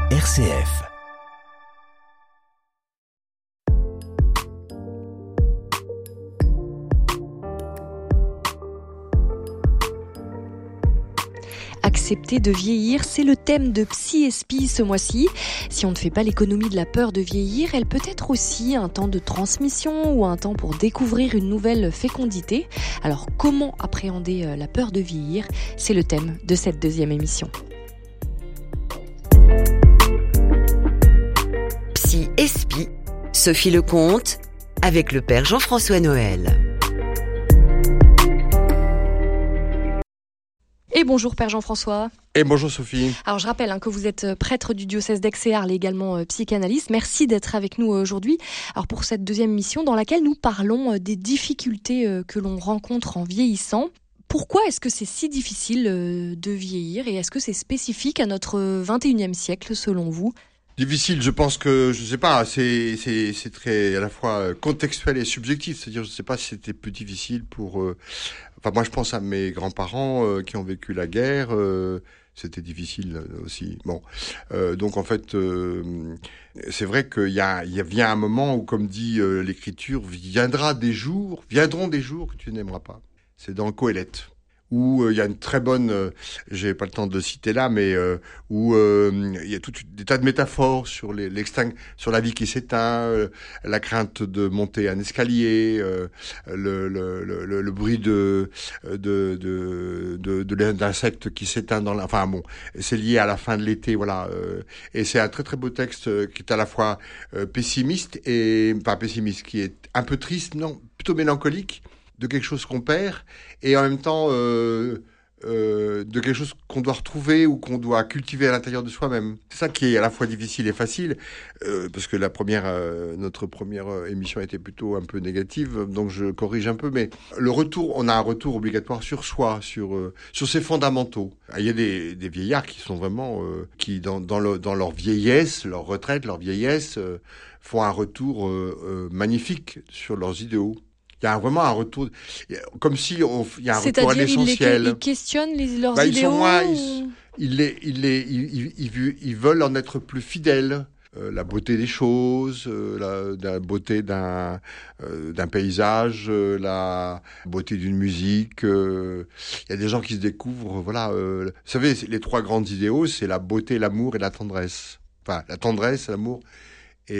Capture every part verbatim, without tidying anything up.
R C F. Accepter de vieillir, c'est le thème de Psy et Spi ce mois-ci. Si on ne fait pas l'économie de la peur de vieillir, elle peut être aussi un temps de transmission ou un temps pour découvrir une nouvelle fécondité. Alors comment appréhender la peur de vieillir ? C'est le thème de cette deuxième émission. Psy et Spi, Sophie Lecomte, avec le père Jean-François Noël. Et bonjour Père Jean-François. Et bonjour Sophie. Alors je rappelle hein, que vous êtes prêtre du diocèse d'Aix et Arles et également euh, psychanalyste. Merci d'être avec nous aujourd'hui. Alors pour cette deuxième émission dans laquelle nous parlons euh, des difficultés euh, que l'on rencontre en vieillissant. Pourquoi est-ce que c'est si difficile euh, de vieillir et est-ce que c'est spécifique à notre vingt et unième siècle selon vous ? Difficile, je pense que, je sais pas, c'est, c'est, c'est très, à la fois contextuel et subjectif. C'est-à-dire, je sais pas si c'était plus difficile pour, euh, enfin, moi, je pense à mes grands-parents euh, qui ont vécu la guerre, euh, c'était difficile aussi. Bon. Euh, donc, en fait, euh, c'est vrai qu'il y a, il y a, vient un moment où, comme dit euh, l'écriture, viendra des jours, viendront des jours que tu n'aimeras pas. C'est dans Qoéleth. Où il euh, y a une très bonne, euh, j'ai pas le temps de le citer là, mais euh, où il euh, y a tout des tas de métaphores sur les, l'extinct, sur la vie qui s'éteint, euh, la crainte de monter un escalier, euh, le, le, le, le bruit de de de de, de d'insectes qui s'éteint dans la, enfin bon, c'est lié à la fin de l'été, voilà. Euh, et c'est un très très beau texte euh, qui est à la fois euh, pessimiste et pas pessimiste, qui est un peu triste, non, plutôt mélancolique, de quelque chose qu'on perd, et en même temps euh, euh, de quelque chose qu'on doit retrouver ou qu'on doit cultiver à l'intérieur de soi-même. C'est ça qui est à la fois difficile et facile, euh, parce que la première, euh, notre première émission était plutôt un peu négative, donc je corrige un peu, mais le retour, on a un retour obligatoire sur soi, sur euh, sur ses fondamentaux. Il y a des, des vieillards qui sont vraiment, euh, qui dans dans, le, dans leur vieillesse, leur retraite, leur vieillesse, euh, font un retour euh, euh, magnifique sur leurs idéaux. Il y a vraiment un retour, comme si on, il y a un C'est-à-dire, retour à l'essentiel. Ils, ils questionnent les, leurs bah, idéaux. Ils sont moins, ou... ils, ils, les, ils, les, ils, ils, ils veulent en être plus fidèles. Euh, la beauté des choses, euh, la, la beauté d'un, euh, d'un paysage, euh, la beauté d'une musique. Il euh, y a des gens qui se découvrent, voilà. Euh, vous savez, les trois grandes idéaux, c'est la beauté, l'amour et la tendresse. Enfin, la tendresse, l'amour. Et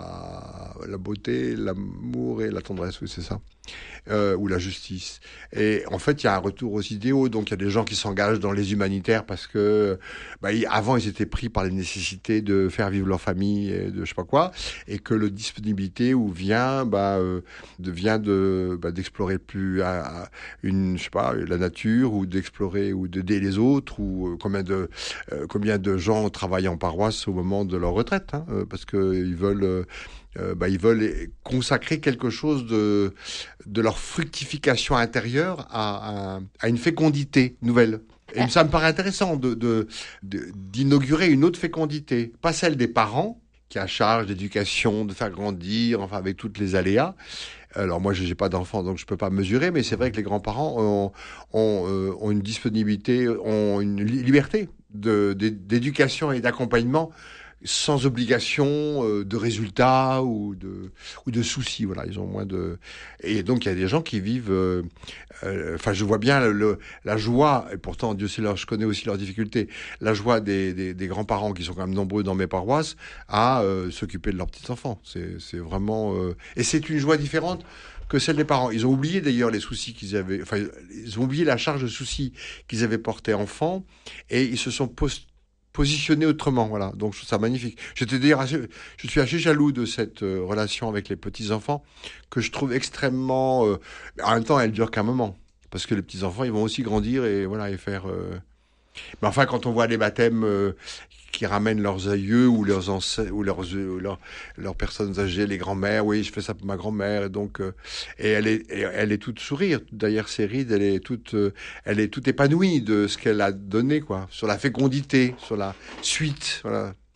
la, la beauté, l'amour et la tendresse, oui, c'est ça. Euh, ou la justice. Et en fait, il y a un retour aux idéaux. Donc, il y a des gens qui s'engagent dans les humanitaires parce que, bah, ils, avant, ils étaient pris par les nécessités de faire vivre leur famille, et de je sais pas quoi, et que le disponibilité où vient, bah, euh, de, vient de, bah, d'explorer plus à, à une, je sais pas, la nature, ou d'explorer ou d'aider les autres, ou euh, combien de, euh, combien de gens travaillent en paroisse au moment de leur retraite, hein, euh, parce que ils veulent. Euh, Euh, bah, ils veulent consacrer quelque chose de, de leur fructification intérieure à, à, à une fécondité nouvelle. Et ça me paraît intéressant de, de, de, d'inaugurer une autre fécondité, pas celle des parents, qui a charge d'éducation, de faire grandir, enfin avec toutes les aléas. Alors moi, je n'ai pas d'enfants, donc je ne peux pas mesurer, mais c'est vrai que les grands-parents ont, ont, euh, ont une disponibilité, ont une liberté de, de, d'éducation et d'accompagnement, sans obligation euh, de résultats ou de ou de soucis, voilà, ils ont moins de, et donc il y a des gens qui vivent euh, euh, enfin je vois bien le, le la joie, et pourtant Dieu sait leur, je connais aussi leurs difficultés, la joie des des, des grands-parents qui sont quand même nombreux dans mes paroisses à euh, s'occuper de leurs petits enfants. C'est c'est vraiment euh, et c'est une joie différente que celle des parents. Ils ont oublié d'ailleurs les soucis qu'ils avaient, enfin ils ont oublié la charge de soucis qu'ils avaient portés enfants, et ils se sont post positionné autrement, voilà. Donc je trouve ça magnifique. J'étais d'ailleurs assez, je suis assez jaloux de cette euh, relation avec les petits enfants, que je trouve extrêmement. Euh, en même temps, elle dure qu'un moment, parce que les petits enfants, ils vont aussi grandir et voilà et faire. Euh... Mais enfin, quand on voit les baptêmes euh, qui ramènent leurs aïeux ou leurs ancêtres ou leurs euh, leurs, leurs personnes âgées, les grands-mères. Oui, je fais ça pour ma grand-mère, et donc euh, et elle est et elle est toute sourire derrière ses rides. Elle est toute euh, elle est toute épanouie de ce qu'elle a donné, quoi, sur la fécondité, sur la suite, voilà.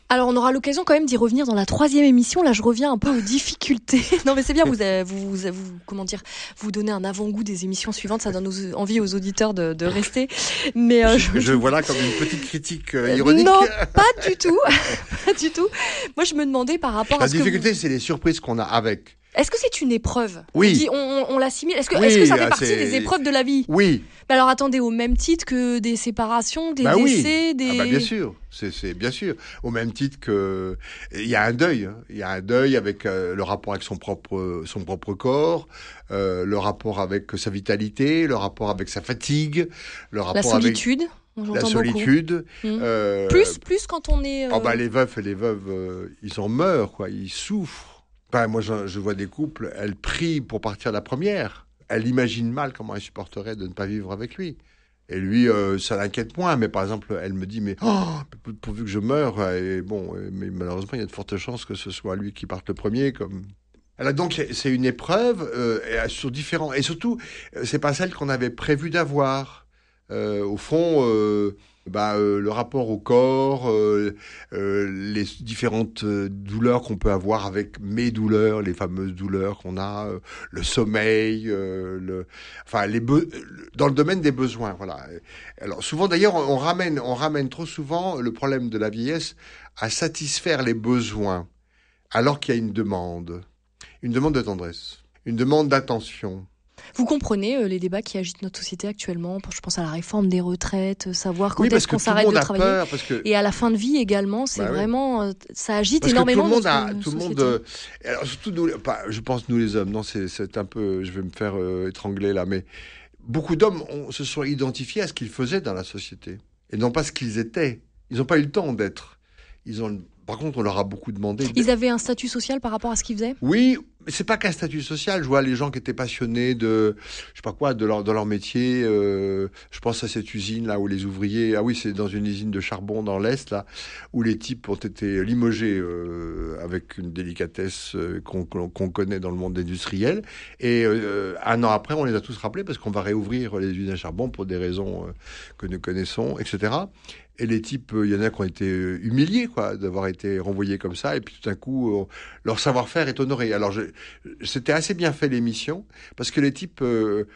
Alors, on aura l'occasion quand même d'y revenir dans la troisième émission. Là, je reviens un peu aux difficultés. Non, mais c'est bien, vous, avez, vous, vous, vous, comment dire, vous donnez un avant-goût des émissions suivantes. Ça donne aux, envie aux auditeurs de, de rester. Mais euh, je, je, je vois là comme une petite critique euh, ironique. Non, pas du tout, pas du tout. Moi, je me demandais par rapport la à ce difficulté, que vous... c'est les surprises qu'on a avec. Est-ce que c'est une épreuve ? Oui. On, dit, on, on l'assimile. Est-ce que, oui, est-ce que ça fait partie c'est... des épreuves de la vie ? Oui. Mais alors attendez, au même titre que des séparations, des bah décès, oui. des... Ah bah bien sûr, c'est, c'est bien sûr. Au même titre que il y a un deuil, hein. Il y a un deuil avec euh, le rapport avec son propre son propre corps, euh, le rapport avec sa vitalité, le rapport avec sa fatigue, le rapport la solitude. avec on la solitude. Mmh. Euh, plus plus quand on est. Euh... Oh bah les veufs et les veuves, euh, ils en meurent quoi, ils souffrent. Enfin, moi je, je vois des couples, elles prient pour partir la première. Elle imagine mal comment elle supporterait de ne pas vivre avec lui. Et lui, euh, ça l'inquiète moins. Mais par exemple, elle me dit, mais oh, pourvu que je meure. Et bon, mais malheureusement, il y a de fortes chances que ce soit lui qui parte le premier. Comme... Alors donc, c'est une épreuve euh, sur différents... Et surtout, c'est pas celle qu'on avait prévu d'avoir. Euh, au fond... Euh, Bah, euh, le rapport au corps, euh, euh, les différentes euh, douleurs qu'on peut avoir avec mes douleurs, les fameuses douleurs qu'on a, euh, le sommeil, euh, le, enfin les be- dans le domaine des besoins, voilà. Alors souvent d'ailleurs on, on ramène, on ramène trop souvent le problème de la vieillesse à satisfaire les besoins, alors qu'il y a une demande, une demande de tendresse, une demande d'attention. Vous comprenez euh, les débats qui agitent notre société actuellement. Je pense à la réforme des retraites, savoir quand oui, est-ce qu'on s'arrête de travailler. Peur, parce que... Et à la fin de vie également, c'est bah, vraiment euh, ça agite parce énormément. Que tout le monde notre a, tout société. le monde. Euh, alors surtout nous, pas, je pense nous les hommes. Non, c'est, c'est un peu. Je vais me faire euh, étrangler là, mais beaucoup d'hommes ont, se sont identifiés à ce qu'ils faisaient dans la société et non pas ce qu'ils étaient. Ils n'ont pas eu le temps d'être. Ils ont. Par contre, on leur a beaucoup demandé. Ils avaient un statut social par rapport à ce qu'ils faisaient ? Oui, mais c'est pas qu'un statut social. Je vois les gens qui étaient passionnés de, je sais pas quoi, de leur, de leur métier. Euh, je pense à cette usine là où les ouvriers, ah oui, c'est dans une usine de charbon dans l'Est là, où les types ont été limogés euh, avec une délicatesse euh, qu'on, qu'on connaît dans le monde industriel. Et euh, un an après, on les a tous rappelés parce qu'on va réouvrir les usines à charbon pour des raisons euh, que nous connaissons, et cetera. Et les types, il y en a qui ont été humiliés, quoi, d'avoir été renvoyés comme ça. Et puis tout d'un coup, euh, leur savoir-faire est honoré. Alors, je, c'était assez bien fait l'émission, parce que les types euh,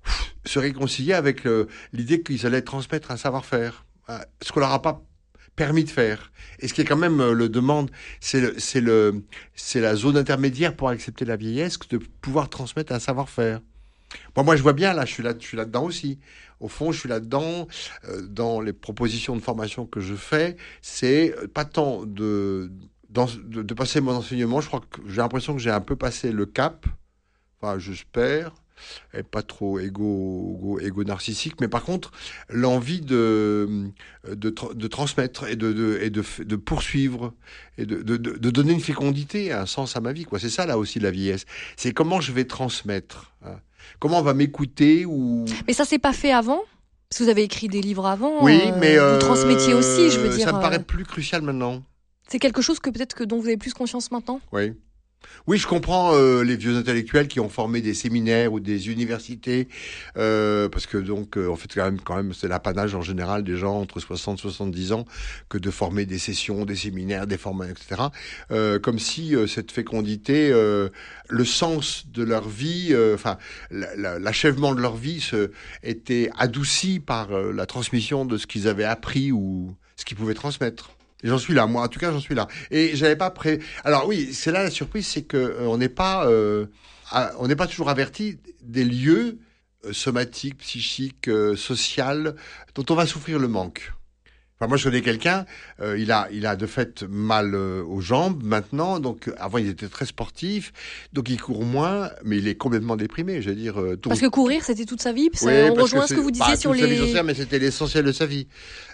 se réconciliaient avec euh, l'idée qu'ils allaient transmettre un savoir-faire, euh, ce qu'on leur a pas permis de faire. Et ce qui est quand même euh, le demande, c'est, le, c'est, le, c'est la zone intermédiaire pour accepter la vieillesse, de pouvoir transmettre un savoir-faire. Bon, moi, je vois bien, là, je suis là, je suis là-dedans aussi. Au fond, je suis là-dedans. Euh, dans les propositions de formation que je fais, c'est pas tant de, de, de passer mon enseignement. Je crois que j'ai l'impression que j'ai un peu passé le cap. Enfin, j'espère. Et pas trop égo, égo, égo narcissique. Mais par contre, l'envie de, de, de transmettre et de, de, et de, de poursuivre et de, de, de donner une fécondité, un sens à ma vie, quoi. C'est ça, là aussi, la vieillesse. C'est comment je vais transmettre, hein. Comment on va m'écouter ou... Mais ça s'est pas fait avant ? Parce que vous avez écrit des livres avant. Oui, euh, mais... Euh, vous transmettiez aussi, je veux dire... Ça me paraît euh... plus crucial maintenant. C'est quelque chose que peut-être que dont vous avez plus conscience maintenant ? Oui. Oui, je comprends euh, les vieux intellectuels qui ont formé des séminaires ou des universités, euh, parce que donc, euh, en fait, quand même, quand même, c'est l'apanage en général des gens entre soixante et soixante-dix ans que de former des sessions, des séminaires, des formations, et cetera. Euh, comme si euh, cette fécondité, euh, le sens de leur vie, enfin, euh, l'achèvement de leur vie se, était adouci par euh, la transmission de ce qu'ils avaient appris ou ce qu'ils pouvaient transmettre. Et j'en suis là, moi en tout cas j'en suis là. Et j'avais pas pré. Alors oui, c'est là la surprise, c'est que euh, on n'est pas, euh, à, on n'est pas toujours averti des lieux euh, somatiques, psychiques, euh, sociaux dont on va souffrir le manque. Enfin, moi, je connais quelqu'un, euh, il a, il a de fait mal euh, aux jambes maintenant. Donc, avant, il était très sportif, donc il court moins, mais il est complètement déprimé. Je veux dire. Euh, tout... Parce que courir, c'était toute sa vie. Puis ça, oui, on rejoint ce que vous disiez bah, sur toute les. Sa vie sur ça, mais c'était l'essentiel de sa vie.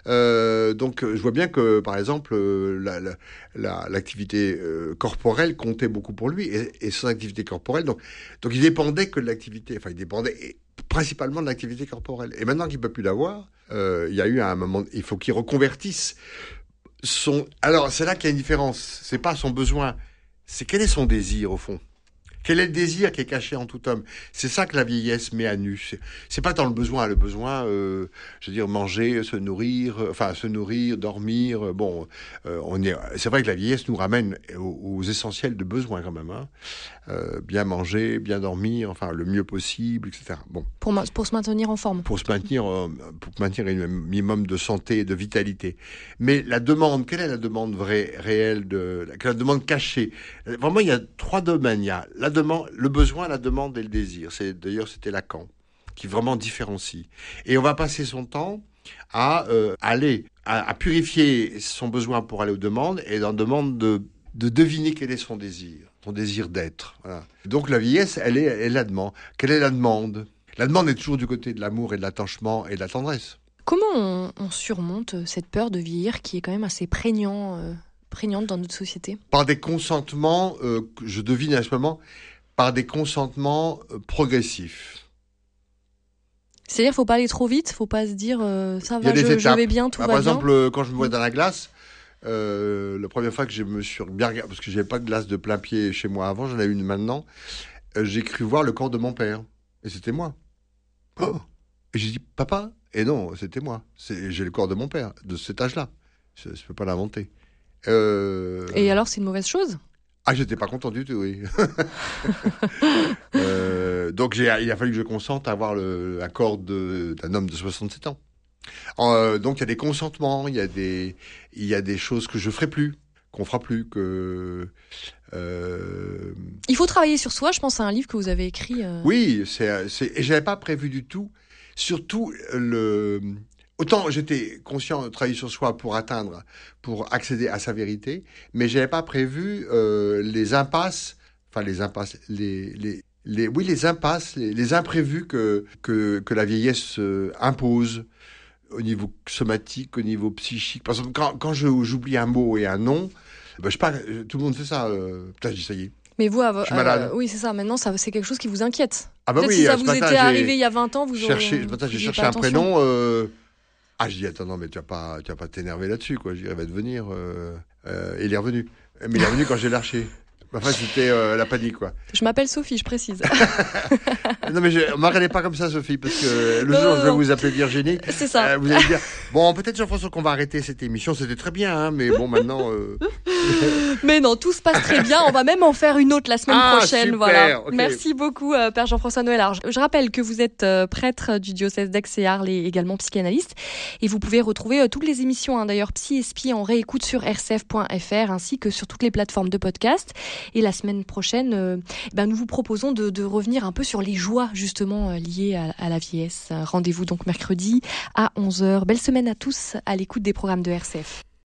Euh, donc, je vois bien que, par exemple, la, la, la, l'activité euh, corporelle comptait beaucoup pour lui, et, et son activité corporelle. Donc, donc, il dépendait que de l'activité. Enfin, il dépendait. Et, principalement de l'activité corporelle. Et maintenant qu'il ne peut plus l'avoir, euh, il y a eu un moment, il faut qu'il reconvertisse son... Alors, c'est là qu'il y a une différence. C'est pas son besoin, c'est quel est son désir, au fond. Quel est le désir qui est caché en tout homme? C'est ça que la vieillesse met à nu. C'est, c'est pas tant le besoin, le besoin, euh, je veux dire, manger, se nourrir, euh, enfin, se nourrir, dormir. Euh, bon, euh, on est, c'est vrai que la vieillesse nous ramène aux, aux essentiels de besoins quand même. Hein. Euh, bien manger, bien dormir, enfin, le mieux possible, et cetera. Bon. Pour, ma, pour se maintenir en forme. Pour se maintenir, euh, pour maintenir un minimum de santé et de vitalité. Mais la demande, quelle est la demande vraie, réelle de, la, la demande cachée? Vraiment, il y a trois domaines. Il y a la demande, le besoin, la demande et le désir. C'est, d'ailleurs, c'était Lacan qui vraiment différencie. Et on va passer son temps à euh, aller, à, à purifier son besoin pour aller aux demandes et dans la demande de, de deviner quel est son désir, son désir d'être. Voilà. Donc la vieillesse, elle est, elle est la demande. Quelle est la demande? La demande est toujours du côté de l'amour et de l'attachement et de la tendresse. Comment on, on surmonte cette peur de vieillir qui est quand même assez prégnant, euh, prégnante dans notre société? Par des consentements, euh, je devine à ce moment, par des consentements euh, progressifs. C'est-à-dire qu'il ne faut pas aller trop vite, il ne faut pas se dire euh, ça va, je, je vais bien, tout ah, va par bien. Par exemple, quand je me vois dans la glace, euh, la première fois que je me suis bien regardé, parce que je n'avais pas de glace de plein pied chez moi avant, j'en ai une maintenant, euh, j'ai cru voir le corps de mon père. Et c'était moi. Oh et j'ai dit, papa? Et non, c'était moi. C'est, j'ai le corps de mon père, de cet âge-là. Je ne peux pas l'inventer. Euh... Et alors, c'est une mauvaise chose? Ah, j'étais pas content du tout, oui. euh, donc, j'ai, il a fallu que je consente à avoir le, la corps de, d'un homme de soixante-sept ans. Euh, donc, il y a des consentements, il y a des, il y a des choses que je ferai plus, qu'on fera plus, que... Euh... Il faut travailler sur soi, je pense à un livre que vous avez écrit. Euh... Oui, c'est, c'est, et j'avais pas prévu du tout. Surtout, le... autant j'étais conscient de travailler sur soi pour atteindre, pour accéder à sa vérité, mais j'avais pas prévu euh, les impasses, enfin les impasses, les, les, les, oui, les impasses, les, les imprévus que, que, que la vieillesse euh, impose au niveau somatique, au niveau psychique. Par exemple, quand, quand je, j'oublie un mot et un nom, ben, je sais pas, tout le monde fait ça. Euh, putain, je dis ça y est. Mais vous, euh, je suis malade. Euh, oui, c'est ça. Maintenant, ça, c'est quelque chose qui vous inquiète. Ah bah Peut-être oui, si ça ce vous matin, était arrivé il y a vingt ans, vous auriez... Cherché, ce matin, j'ai cherché un prénom. Euh... Ah, je dis, attends, non, mais tu vas pas, tu vas pas t'énerver là-dessus, quoi. Je dis, elle va devenir. Euh... Euh, et il est revenu. Mais il est revenu quand j'ai lâché. Enfin, c'était euh, la panique, quoi. Je m'appelle Sophie, je précise. Non, mais je, m'arrêtez pas comme ça, Sophie, parce que le jour où je vais vous appeler Virginie, c'est ça. Euh, vous allez dire, bon, peut-être Jean-François qu'on va arrêter cette émission, c'était très bien, hein, mais bon, maintenant. Euh... mais non, tout se passe très bien. On va même en faire une autre la semaine ah, prochaine. Super, voilà. okay. Merci beaucoup, euh, Père Jean-François Noël. Alors, je, je rappelle que vous êtes euh, prêtre du diocèse d'Aix et Arles et également psychanalyste, et vous pouvez retrouver euh, toutes les émissions, hein, d'ailleurs Psy et Spi en réécoute sur r c f point f r ainsi que sur toutes les plateformes de podcast. Et la semaine prochaine. Prochaine, euh, ben nous vous proposons de, de revenir un peu sur les joies justement euh, liées à, à la vieillesse. Rendez-vous donc mercredi à onze heures. Belle semaine à tous à l'écoute des programmes de R C F.